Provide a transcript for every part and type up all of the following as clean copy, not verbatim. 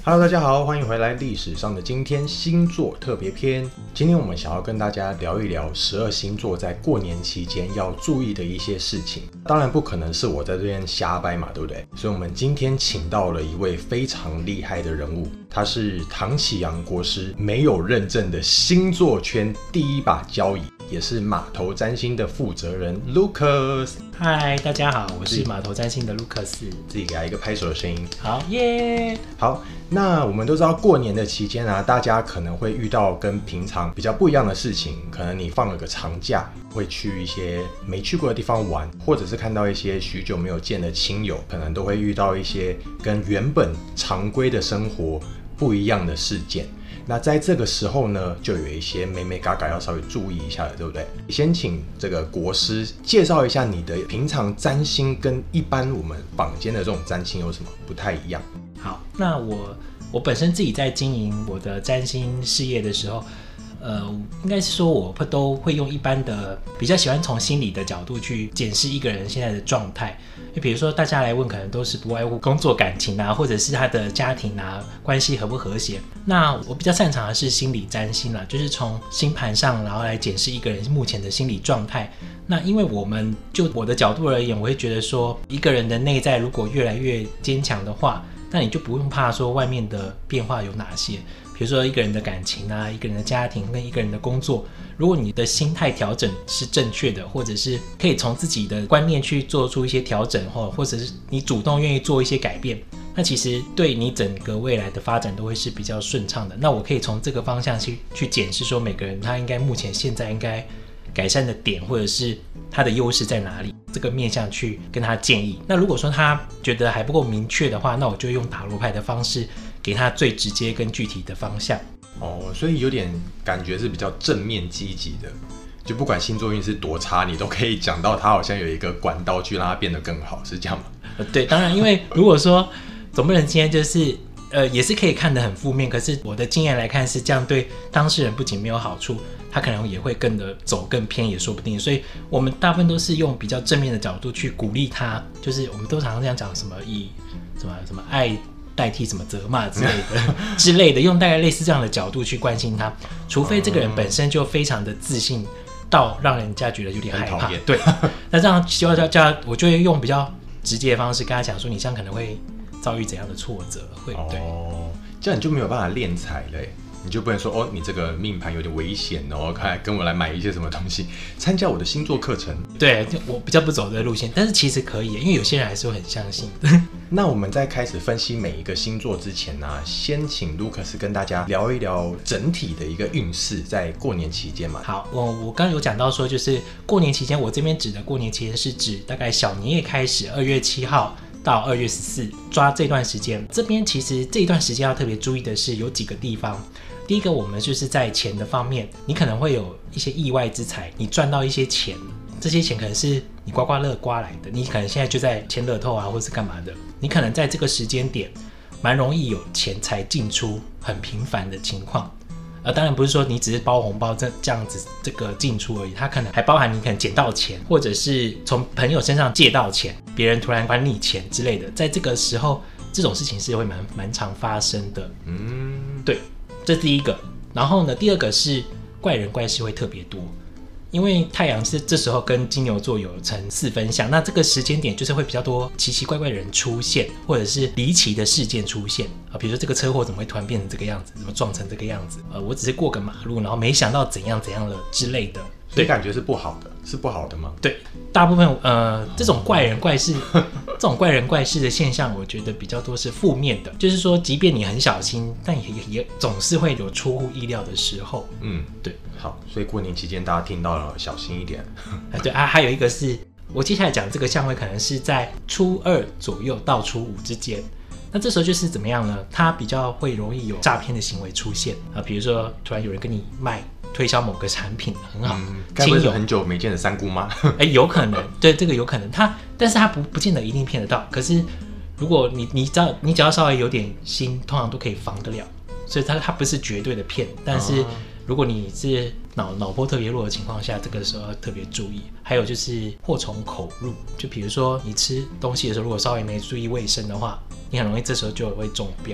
Hello， 大家好，欢迎回来历史上的今天星座特别篇。今天我们想要跟大家聊一聊12星座在过年期间要注意的一些事情。当然不可能是我在这边瞎掰嘛，对不对？所以我们今天请到了一位非常厉害的人物，他是唐启阳国师没有认证的星座圈第一把交椅，也是码头占星的负责人 Lucas。 嗨，大家好，我是码头占星的 Lucas。 自己给他一个拍手的声音。 好耶。 好，那我们都知道过年的期间啊，大家可能会遇到跟平常比较不一样的事情，可能你放了个长假，会去一些没去过的地方玩，或者是看到一些许久没有见的亲友，可能都会遇到一些跟原本常规的生活不一样的事件。那在这个时候呢，就有一些眉眉嘎嘎要稍微注意一下了，对不对？先请这个国师介绍一下你的平常占星跟一般我们坊间的这种占星有什么不太一样。 好，那我本身自己在经营我的占星事业的时候，应该是说我都会用一般的，比较喜欢从心理的角度去检视一个人现在的状态。比如说大家来问，可能都是不外乎工作感情啊，或者是他的家庭啊，关系和不和谐。那我比较擅长的是心理占星啦，就是从星盘上，然后来检视一个人目前的心理状态。那因为就我的角度而言，我会觉得说，一个人的内在如果越来越坚强的话，那你就不用怕说外面的变化有哪些。比如说一个人的感情啊，一个人的家庭跟一个人的工作，如果你的心态调整是正确的，或者是可以从自己的观念去做出一些调整，或者是你主动愿意做一些改变，那其实对你整个未来的发展都会是比较顺畅的。那我可以从这个方向去检视说，每个人他应该目前现在应该改善的点，或者是他的优势在哪里，这个面向去跟他建议。那如果说他觉得还不够明确的话，那我就用塔罗牌的方式给他最直接跟具体的方向。 所以有点感觉是比较正面积极的，就不管星座运势多差，你都可以讲到他好像有一个管道去让他变得更好，是这样吗？ 对，当然，因为如果说总不能今天就是也是可以看得很负面，可是我的经验来看是这样，对当事人不仅没有好处，他可能也会走更偏也说不定。所以我们大部分都是用比较正面的角度去鼓励他，就是我们都常常这样讲，什么以什么爱代替什么责骂之类的用大概类似这样的角度去关心他，除非这个人本身就非常的自信到让人家觉得有点害怕。对，那这样我就会用比较直接的方式跟他讲说，你这样可能会遭遇怎样的挫折，对。 这样你就没有办法练财了，你就不能说你这个命盘有点危险哦，看跟我来买一些什么东西，参加我的星座课程。 对，我比较不走这个路线，但是其实可以，因为有些人还是会很相信。 那我们在开始分析每一个星座之前呢，先请 Lucas 跟大家聊一聊整体的一个运势，在过年期间嘛。 好，我刚刚有讲到说，就是过年期间，我这边指的过年期间是指大概小年夜开始，2月7号到2月14，抓这段时间。这边其实这一段时间要特别注意的是有几个地方。第一个，我们就是在钱的方面，你可能会有一些意外之财，你赚到一些钱，这些钱可能是你刮刮乐刮来的，你可能现在就在签乐透啊，或是干嘛的，你可能在这个时间点蛮容易有钱财进出很频繁的情况。当然不是说你只是包红包这样子这个进出而已，它可能还包含你可能捡到钱，或者是从朋友身上借到钱，别人突然还你钱之类的，在这个时候这种事情是会蛮常发生的。对，这是第一个。然后呢，第二个是怪人怪事会特别多，因为太阳是这时候跟金牛座有成4分相，那这个时间点就是会比较多奇奇怪怪的人出现，或者是离奇的事件出现比如说这个车祸怎么会突然变成这个样子，怎么撞成这个样子，我只是过个马路，然后没想到怎样了之类的。 所以感觉是不好的，是不好的吗？ 对，大部分这种怪人怪事的现象，我觉得比较多是负面的，就是说，即便你很小心，但也总是会有出乎意料的时候。对。 好，所以过年期间大家听到了，小心一点。 对啊，还有一个是我接下来讲这个相位，可能是在初2左右到初5之间。那这时候就是怎么样呢？它比较会容易有诈骗的行为出现比如说突然有人跟你推销某个产品很好， 该不会是很久没见的三姑妈？ 有可能，对，这个有可能。但是他不见得一定骗得到。可是如果你只要稍微有点心，通常都可以防得了。所以他不是绝对的骗，但是如果你是脑波特别弱的情况下，这个时候要特别注意。还有就是祸从口入，就比如说你吃东西的时候，如果稍微没注意卫生的话，你很容易这时候就会中标。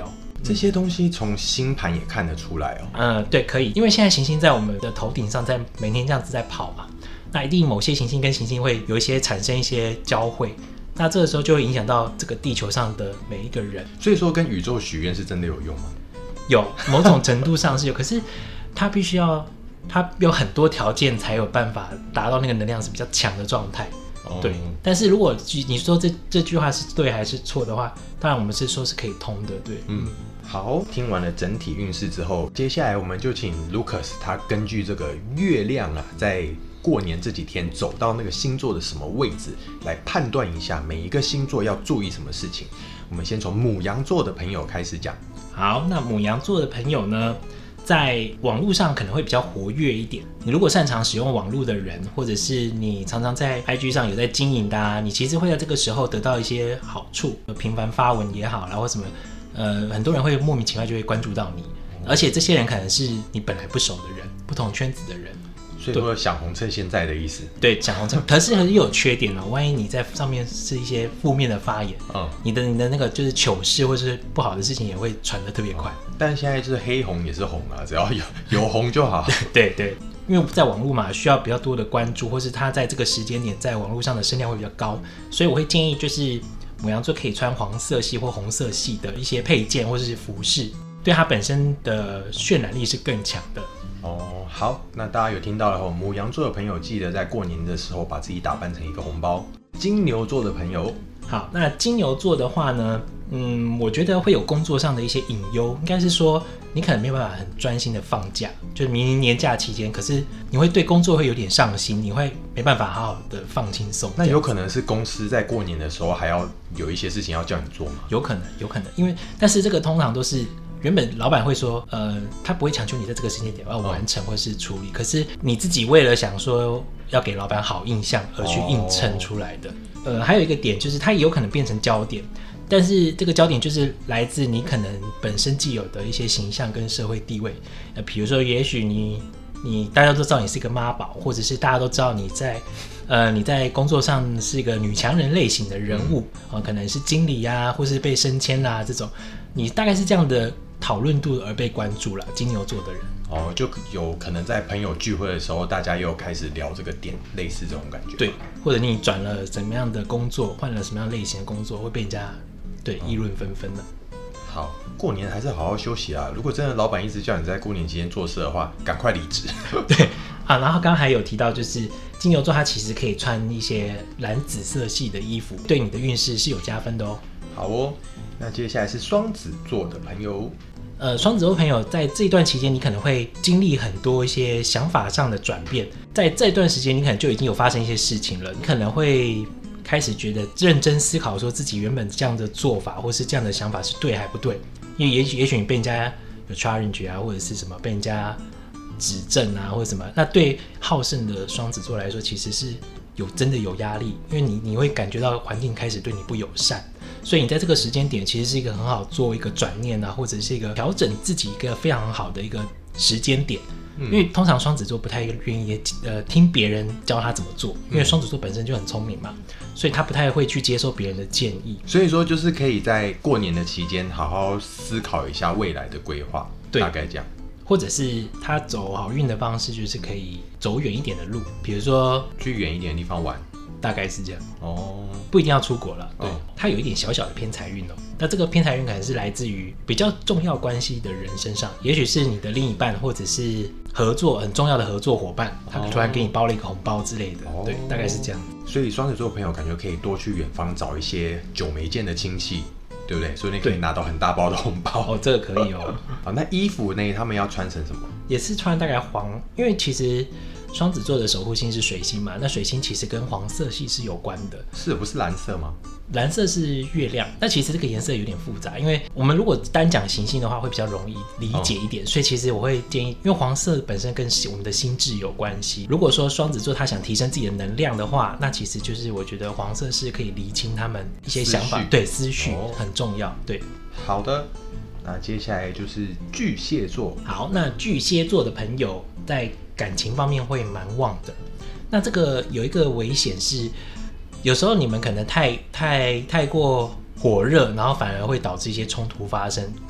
这些东西从星盘也看得出来哦。 对，可以，因为现在行星在我们的头顶上，在每天这样子在跑嘛，那一定某些行星跟行星会有一些产生一些交汇，那这个时候就会影响到这个地球上的每一个人。 所以说跟宇宙许愿是真的有用吗？ 有，某种程度上是有，可是它必须要，它有很多条件才有办法达到那个能量是比较强的状态。对，但是如果你说这句话是对还是错的话，当然我们是说是可以通的。对， 好，听完了整体运势之后，接下来我们就请 Lucas 他根据这个月亮啊，在过年这几天走到那个星座的什么位置，来判断一下每一个星座要注意什么事情。我们先从牡羊座的朋友开始讲。 好，那牡羊座的朋友呢，在网络上可能会比较活跃一点。你如果擅长使用网络的人，或者是你常常在 IG 上有在经营的啊，你其实会在这个时候得到一些好处，频繁发文也好，然后什么，很多人会莫名其妙就会关注到你，而且这些人可能是你本来不熟的人，不同圈子的人。 所以说想红趁现在的意思。 对，想红趁，可是又有缺点了。万一你在上面是一些负面的发言，你的那个就是糗事或是不好的事情也会传得特别快。 但现在就是黑红也是红啊，只要有红就好。 对对，因为在网络嘛，需要比较多的关注，或是他在这个时间点在网络上的声量会比较高，所以我会建议就是牡羊座可以穿黄色系或红色系的一些配件或是服饰，对它本身的渲染力是更强的。 好，那大家有听到了后，牡羊座的朋友记得在过年的时候把自己打扮成一个红包。金牛座的朋友， 好，那金牛座的话呢，我觉得会有工作上的一些隐忧，应该是说你可能没有办法很专心的放假，就是明年年假期间，可是你会对工作会有点上心，你会没办法好好的放轻松。 那有可能是公司在过年的时候还要有一些事情要叫你做吗？ 有可能，因为但是这个通常都是原本老板会说，他不会强求你在这个时间点要完成或是处理，可是你自己为了想说要给老板好印象而去硬撑出来的。还有一个点就是它也有可能变成焦点，但是这个焦点就是来自你可能本身既有的一些形象跟社会地位。比如说也许你大家都知道你是一个妈宝，或者是大家都知道你在工作上是一个女强人类型的人物，可能是经理啊，或是被升迁啊这种，你大概是这样的讨论度而被关注了。金牛座的人就有可能在朋友聚会的时候，大家又开始聊这个点，类似这种感觉。 对，或者你转了怎么样的工作，换了什么样类型的工作，会被人家议论纷纷的。 好，过年还是好好休息啊！如果真的老板一直叫你在过年期间做事的话，赶快离职。 对啊，然后刚刚还有提到，就是金牛座它其实可以穿一些蓝紫色系的衣服，对你的运势是有加分的哦。 好哦，那接下来是双子座的朋友。 双子座朋友在这一段期间，你可能会经历很多一些想法上的转变，在这段时间你可能就已经有发生一些事情了，你可能会开始觉得认真思考说自己原本这样的做法或是这样的想法是对还不对，因为也许你被人家有 challenge 啊，或者是什么被人家指正啊，或者什么，那对好胜的双子座来说其实是真的有压力，因为你会感觉到环境开始对你不友善，所以你在这个时间点其实是一个很好做一个转念啊，或者是一个调整自己一个非常好的一个时间点。因为通常双子座不太愿意听别人教他怎么做，因为双子座本身就很聪明嘛，所以他不太会去接受别人的建议。 所以说就是可以在过年的期间好好思考一下未来的规划，大概这样。 或者是他走好运的方式，就是可以走远一点的路，比如说去远一点的地方玩， 大概是这样。不一定要出国了。对，他有一点小小的偏财运哦。那这个偏财运可能是来自于比较重要关系的人身上，也许是你的另一半，或者是合作很重要的合作伙伴，他突然给你包了一个红包之类的。对，大概是这样。 所以双子座的朋友感觉可以多去远方找一些久没见的亲戚，对不对？所以你可以拿到很大包的红包。 这个可以哦。 好，那衣服呢？他们要穿成什么？ 也是穿大概黄，因为其实双子座的守护星是水星嘛，那水星其实跟黄色系是有关的。 是不是蓝色吗？ 蓝色是月亮，但其实这个颜色有点复杂，因为我们如果单讲行星的话会比较容易理解一点，所以其实我会建议，因为黄色本身跟我们的心智有关系。如果说双子座他想提升自己的能量的话，那其实就是我觉得黄色是可以厘清他们一些想法，对，思绪很重要。对， 好的。那接下来就是巨蟹座。好， 那巨蟹座的朋友在感情方面会蛮旺的。那这个有一个危险是，有时候你们可能太过火热，然后反而会导致一些冲突发生，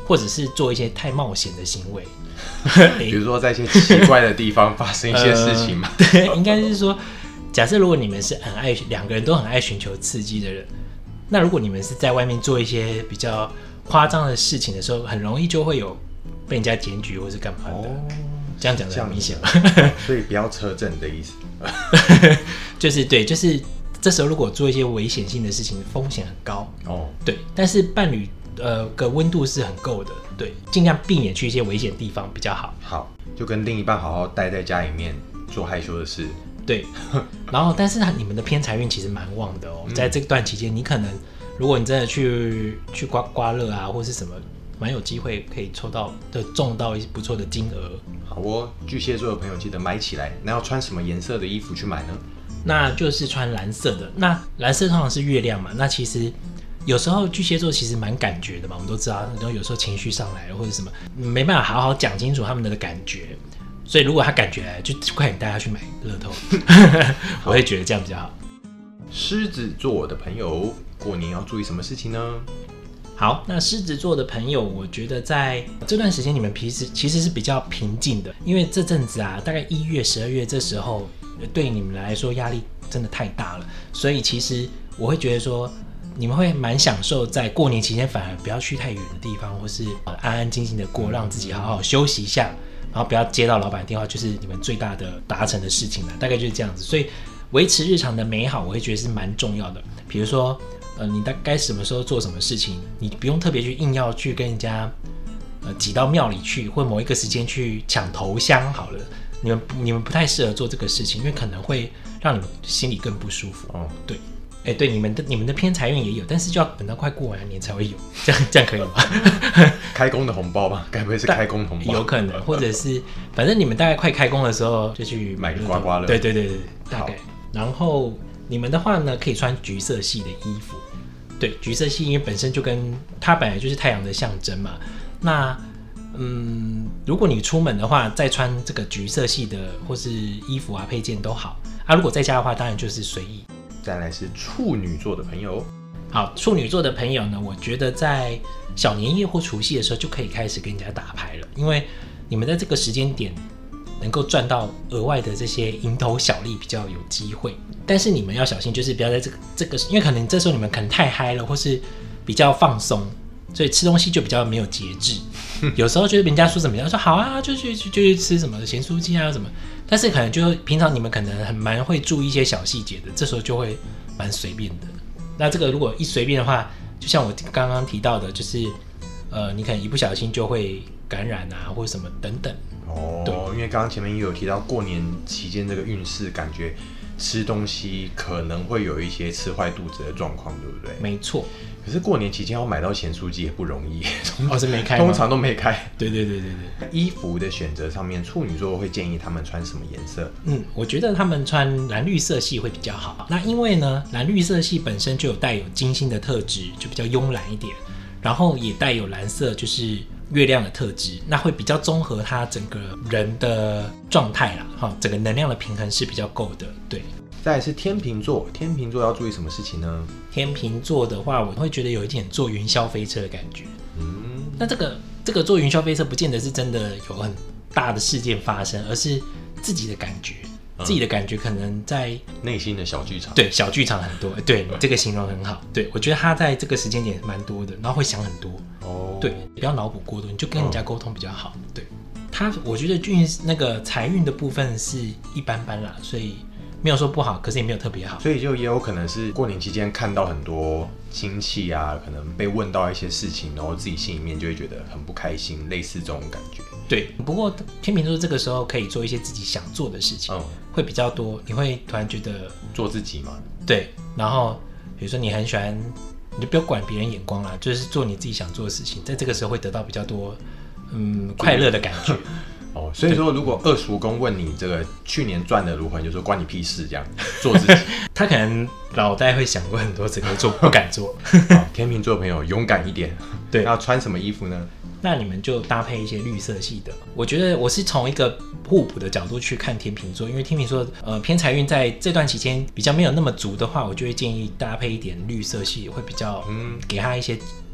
或者是做一些太冒险的行为。 比如说在一些奇怪的地方发生一些事情嘛。 对，应该是说，假设如果你们是两个人都很爱寻求刺激的人，那如果你们是在外面做一些比较夸张的事情的时候，很容易就会有被人家检举或是干嘛的。这样讲的很明显吧？ 所以不要车震的意思。 就是对，就是这时候如果做一些危险性的事情，风险很高。对，但是伴侣个温度是很够的，对，尽量避免去一些危险地方比较好。 好，就跟另一半好好待在家里面做害羞的事。 对，然后但是你们的偏财运其实蛮旺的哦，在这段期间，你可能如果你真的去刮刮乐啊，或是什么，蛮有机会可以中到一些不错的金额。 好哦，巨蟹座的朋友记得买起来。那要穿什么颜色的衣服去买呢？ 那就是穿蓝色的。那蓝色通常是月亮嘛，那其实有时候巨蟹座其实蛮感觉的嘛，我们都知道，然后有时候情绪上来了或者什么，没办法好好讲清楚他们的感觉，所以如果他感觉来，就快点带他去买乐透。我会觉得这样比较好。 狮子座的朋友过年要注意什么事情呢？ 好，那狮子座的朋友，我觉得在这段时间你们其实是比较平静的，因为这阵子啊，大概1月、12月这时候，对你们来说压力真的太大了，所以其实我会觉得说，你们会蛮享受在过年期间，反而不要去太远的地方，或是安安静静的过，让自己好好休息一下，然后不要接到老板的电话，就是你们最大的达成的事情了，大概就是这样子。所以维持日常的美好，我会觉得是蛮重要的。比如说，你大概什么时候做什么事情，你不用特别去硬要去跟人家挤到庙里去，或某一个时间去抢头香好了。你们不太适合做这个事情，因为可能会让你们心里更不舒服。对，对，你们的偏财运也有，但是就要等到快过完年才会有，这样可以吗？ 开工的红包吧，该不会是开工红包？ 有可能，或者是反正你们大概快开工的时候就去买个刮刮乐。 对，大概。然后你们的话呢，可以穿橘色系的衣服。对，橘色系因为本身就跟它本来就是太阳的象征嘛。那如果你出门的话，再穿这个橘色系的或是衣服啊配件都好啊。如果在家的话，当然就是随意。 再来是处女座的朋友。 好，处女座的朋友呢，我觉得在小年夜或除夕的时候就可以开始跟人家打牌了，因为你们在这个时间点能够赚到额外的这些蝇头小利，比较有机会。但是你们要小心，就是不要在这个，因为可能这时候你们可能太嗨了，或是比较放松，所以吃东西就比较没有节制。有时候就是人家说什么，人家说好啊，就去吃什么咸酥鸡啊什么，但是可能就平常你们可能蛮会注意一些小细节的，这时候就会蛮随便的。那这个如果一随便的话，就像我刚刚提到的，就是你可能一不小心就会感染啊，或者什么等等。 对，因为刚刚前面也有提到过年期间这个运势，感觉吃东西可能会有一些吃坏肚子的状况，对不对？ 没错。可是过年期间要买到咸酥鸡也不容易， 是没开吗？ 通常都没开。 对。 衣服的选择上面，处女座会建议他们穿什么颜色？ 我觉得他们穿蓝绿色系会比较好。那因为呢，蓝绿色系本身就有带有金星的特质，就比较慵懒一点，然后也带有蓝色就是月亮的特质，那会比较综合他整个人的状态啦，整个能量的平衡是比较够的。对。 再来是天秤座，天秤座要注意什么事情呢？ 天秤座的话，我会觉得有一点坐云霄飞车的感觉。那这个坐云霄飞车不见得是真的有很大的事件发生，而是自己的感觉。自己的感觉可能在内心的小剧场。对， 小剧场很多。对，你这个形容很好。对，我觉得他在这个时间点蛮多的，然后会想很多。对，不要脑补过多，你就跟人家沟通比较好。对，我觉得那个财运的部分是一般般啦，所以没有说不好，可是也没有特别好。 所以就也有可能是过年期间看到很多亲戚啊，可能被问到一些事情，然后自己心里面就会觉得很不开心，类似这种感觉。对， 不过天秤座这个时候可以做一些自己想做的事情，会比较多。你会突然觉得做自己嘛？对。 然后比如说你很喜欢，你就不要管别人眼光啦，就是做你自己想做的事情，在这个时候会得到比较多快乐的感觉。 所以说如果二叔公问你这个去年赚的如何，你就说关你屁事，这样做自己。 他可能脑袋会想过很多次，可是不敢做。 天秤座的朋友勇敢一点。对，那穿什么衣服呢？ 那你们就搭配一些绿色系的。我觉得我是从一个互补的角度去看天秤座，因为天秤座偏财运在这段期间比较没有那么足的话，我就会建议搭配一点绿色系，会比较给他一些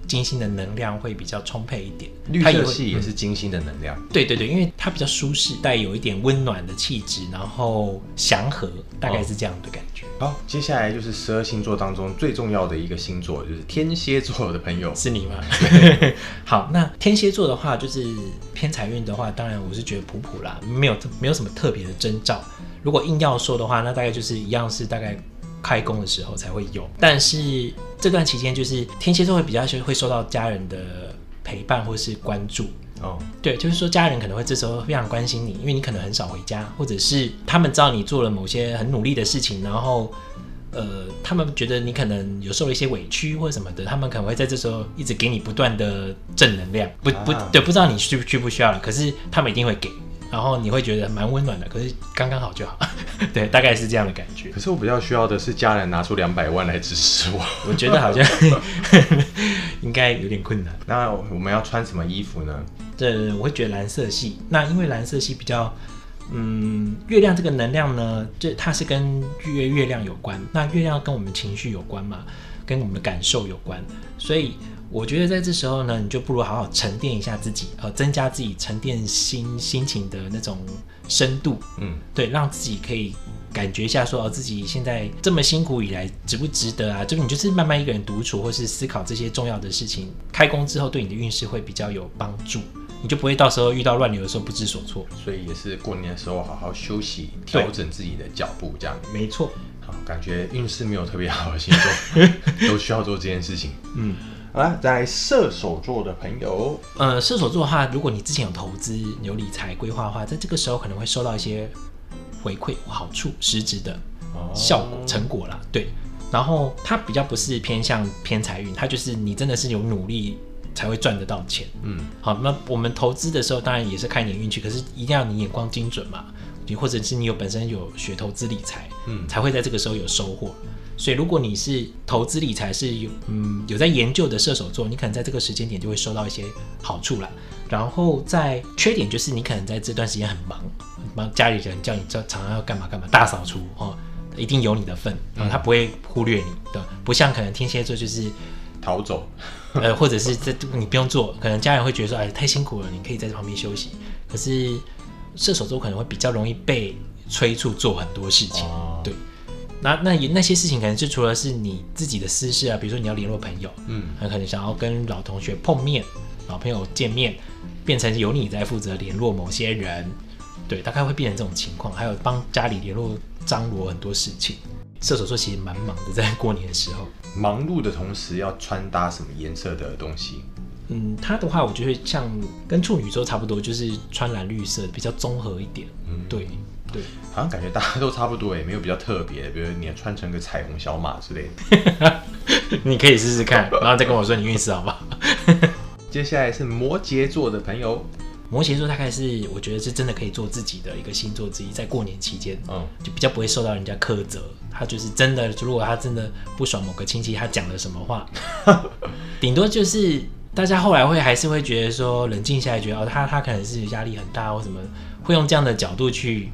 金星的能量会比较充沛一点。 绿色系也是金星的能量。 对对对，因为它比较舒适，带有一点温暖的气质，然后祥和，大概是这样的感觉。 好，接下来就是12星座当中最重要的一个星座，就是天蝎座的朋友。 是你吗？好，那天蝎座的话，就是偏财运的话，当然我是觉得普普啦，没有什么特别的征兆。如果硬要说的话，那大概就是一样是大概开工的时候才会有。但是这段期间，就是天蝎座会比较会受到家人的陪伴或是关注。对，就是说家人可能会这时候非常关心你，因为你可能很少回家，或者是他们知道你做了某些很努力的事情，然后他们觉得你可能有受了一些委屈或什么的，他们可能会在这时候一直给你不断的正能量，对，不知道你需不需要了，可是他们一定会给，然后你会觉得蛮温暖的，可是刚刚好就好。对，大概是这样的感觉。 可是我比较需要的是家人拿出200万来支持我， 我觉得好像应该有点困难。 那我们要穿什么衣服呢？ 对，我会觉得蓝色系。那因为蓝色系比较，月亮这个能量呢，它是跟月亮有关。那月亮跟我们情绪有关嘛，跟我们的感受有关。所以我觉得在这时候呢，你就不如好好沉淀一下自己，增加自己沉淀心情的那种深度。对，让自己可以感觉一下说，自己现在这么辛苦以来值不值得啊？你就是慢慢一个人独处，或是思考这些重要的事情，开工之后对你的运势会比较有帮助。你就不会到时候遇到乱流的时候不知所措。 所以也是过年的时候好好休息，调整自己的脚步，这样。 没错。 好，感觉运势没有特别好的星座都需要做这件事情。好啦，在射手座的朋友， 射手座的话，如果你之前有投资、有理财规划的话，在这个时候可能会收到一些回馈、好处、实质的效果、成果啦。对，然后它比较不是偏向偏财运，它就是你真的是有努力才会赚得到钱。好，那我们投资的时候当然也是看你的运气，可是一定要你眼光精准嘛，或者是你本身有学投资理财，才会在这个时候有收获。所以如果你是投资理财是有在研究的射手座，你可能在这个时间点就会收到一些好处啦。然后在缺点就是你可能在这段时间很忙，家里人叫你常常要干嘛干嘛，大扫除一定有你的份，他不会忽略你的，不像可能天蝎座就是逃走， 或者是你不用做，可能家人会觉得说，太辛苦了，你可以在旁边休息。可是射手座可能会比较容易被催促做很多事情，对。那些事情可能就除了是你自己的私事啊，比如说你要联络朋友，可能想要跟老同学碰面、老朋友见面，变成由你在负责联络某些人，对，大概会变成这种情况。还有帮家里联络张罗很多事情。射手座其实蛮忙的，在过年的时候。 忙碌的同时要穿搭什么颜色的东西？ 他的话我觉得像跟处女座差不多，就是穿蓝绿色，比较综合一点。对。 好像感觉大家都差不多，也没有比较特别的，比如你穿成个彩虹小马之类的。 你可以试试看，然后再跟我说你运势好不好？ 接下来是摩羯座的朋友。 摩羯座大概是我觉得是真的可以做自己的一个星座之一，在过年期间，就比较不会受到人家苛责。他就是真的，如果他真的不爽某个亲戚他讲了什么话，顶多就是大家后来还是会觉得说冷静下来，觉得他可能是压力很大或什么，会用这样的角度去。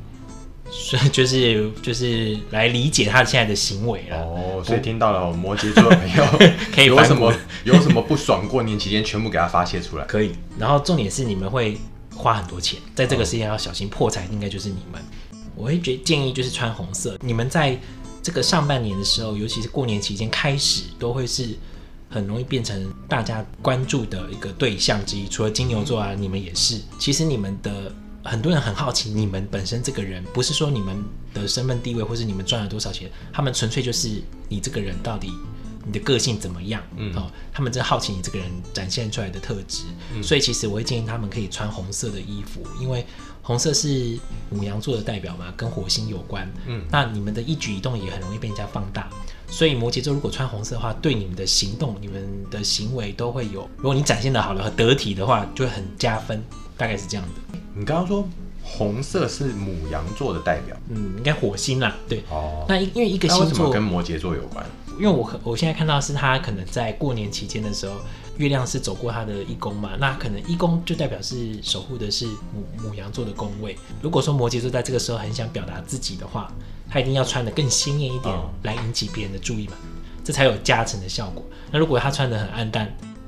就是来理解他现在的行为啦。 所以听到了摩羯座的朋友可以有什么不爽，过年期间全部给他发泄出来。 可以。然后重点是你们会花很多钱，在这个时间要小心破财，应该就是你们。我会建议就是穿红色。你们在这个上半年的时候，尤其是过年期间开始，都会是很容易变成大家关注的一个对象之一。除了金牛座啊，你们也是。其实你们的。很多人很好奇你们本身这个人，不是说你们的身份地位或是你们赚了多少钱，他们纯粹就是你这个人到底你的个性怎么样，他们真好奇你这个人展现出来的特质，所以其实我会建议他们可以穿红色的衣服，因为红色是牡羊座的代表嘛，跟火星有关，那你们的一举一动也很容易被人家放大，所以摩羯座如果穿红色的话，对你们的行动、你们的行为都会有，如果你展现的好了和得体的话，就会很加分，大概是这样的。 你刚刚说红色是牡羊座的代表， 应该火星啦，对。那因为一个星座， 那为什么跟摩羯座有关？ 因为我现在看到是他可能在过年期间的时候，月亮是走过他的一宫嘛，那可能一宫就代表是守护的是牡羊座的宫位。如果说摩羯座在这个时候很想表达自己的话，他一定要穿得更鲜艳一点，来引起别人的注意嘛，这才有加成的效果。那如果他穿得很暗淡，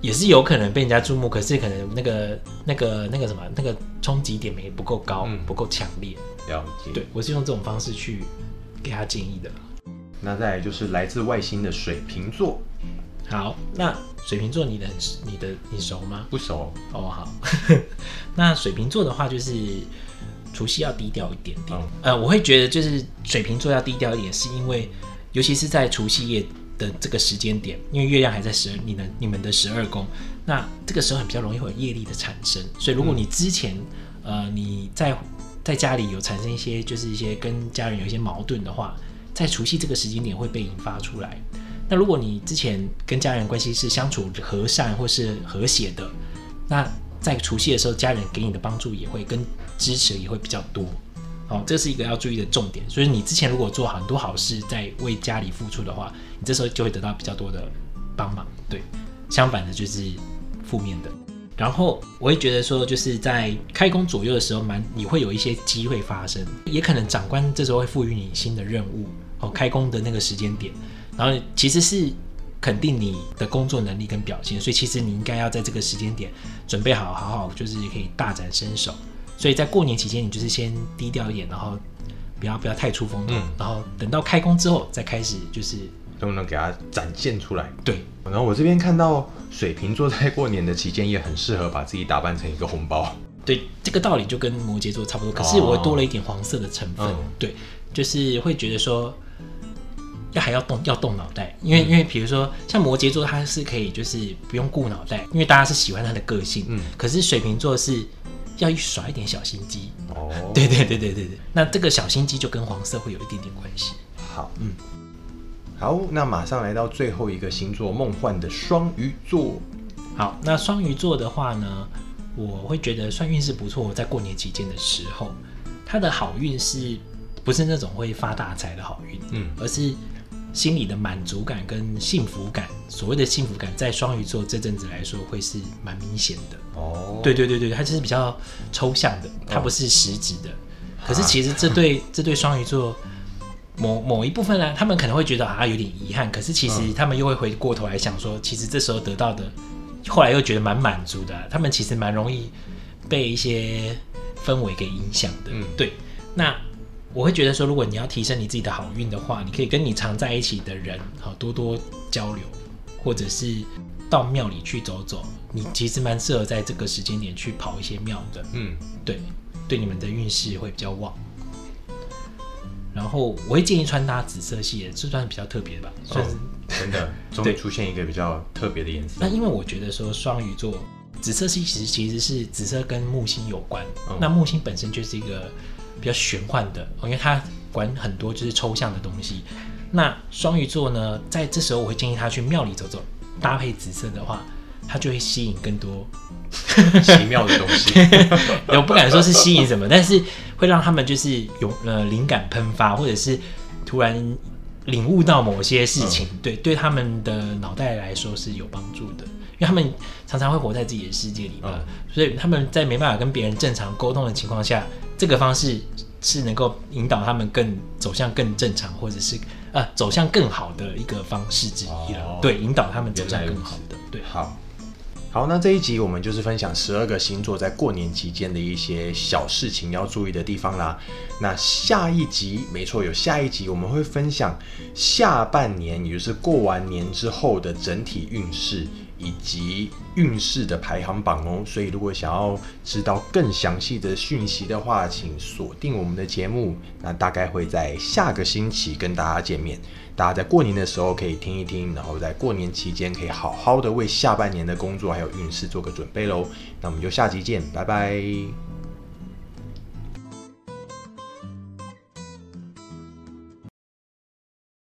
也是有可能被人家注目，可是可能那个什么那个冲击点没不够高，不够强烈。 了解。 对，我是用这种方式去给他建议的。 那再来就是来自外星的水瓶座。 好，那水瓶座你熟吗？ 不熟哦。好，那水瓶座的话就是除夕要低调一点点。我会觉得就是水瓶座要低调一点，是因为尤其是在除夕夜的这个时间点，因为月亮还在你们的12宫，那这个时候很比较容易会有业力的产生，所以如果你之前你在家里有产生一些跟家人有一些矛盾的话，在除夕这个时间点会被引发出来。那如果你之前跟家人关系是相处和善或是和谐的，那在除夕的时候，家人给你的帮助也会跟支持也会比较多。这是一个要注意的重点。所以你之前如果做很多好事，在为家里付出的话，你这时候就会得到比较多的帮忙。对，相反的就是负面的。然后我会觉得说，就是在开工左右的时候，你会有一些机会发生，也可能长官这时候会赋予你新的任务。开工的那个时间点，然后其实是肯定你的工作能力跟表现，所以其实你应该要在这个时间点准备好，就是可以大展身手。所以在过年期间，你就是先低调一点，然后不要太出风头，然后等到开工之后再开始就是都能给它展现出来。 对。 然后我这边看到水瓶座在过年的期间也很适合把自己打扮成一个红包。 对，这个道理就跟摩羯座差不多，可是我多了一点黄色的成分。对，就是会觉得说还要动脑袋，因为比如说像摩羯座，他是可以就是不用顾脑袋，因为大家是喜欢他的个性。可是水瓶座是要耍一点小心机。对。那这个小心机就跟黄色会有一点点关系。 好，那马上来到最后一个星座，梦幻的双鱼座。 好，那双鱼座的话呢，我会觉得算运势不错，在过年期间的时候，他的好运是不是那种会发大财的好运？而是心里的满足感跟幸福感。所谓的幸福感，在双鱼座这阵子来说，会是蛮明显的。对，它就是比较抽象的，它不是实质的。可是其实这对双鱼座某一部分呢，他们可能会觉得有点遗憾，可是其实他们又会回过头来想说，其实这时候得到的，后来又觉得蛮满足的。他们其实蛮容易被一些氛围给影响的。对。那我会觉得说，如果你要提升你自己的好运的话，你可以跟你常在一起的人多多交流，或者是到庙里去走走。你其实蛮适合在这个时间点去跑一些庙的。对你们的运势会比较旺。然后我会建议穿搭紫色系的，这算是比较特别的吧，算是真的终于出现一个比较特别的颜色。 那因为我觉得说双鱼座紫色系其实是紫色跟木星有关。那木星本身就是一个比较玄幻的，因为它管很多就是抽象的东西。那双鱼座呢，在这时候我会建议他去庙里走走，搭配紫色的话，他就会吸引更多奇妙的东西。 我不敢说是吸引什么，但是会让他们就是有灵感喷发，或者是突然领悟到某些事情。对他们的脑袋来说是有帮助的，因为他们常常会活在自己的世界里嘛。所以他们在没办法跟别人正常沟通的情况下，这个方式是能够引导他们走向更正常，或者是走向更好的一个方式之一了。对，引导他们走向更好的。对， 好，那这一集我们就是分享12个星座在过年期间的一些小事情要注意的地方啦。那下一集，没错，有下一集我们会分享下半年，也就是过完年之后的整体运势以及运势的排行榜哦。所以如果想要知道更详细的讯息的话，请锁定我们的节目。那大概会在下个星期跟大家见面。大家在过年的时候可以听一听，然后在过年期间可以好好的为下半年的工作还有运势做个准备咯。那我们就下集见，拜拜。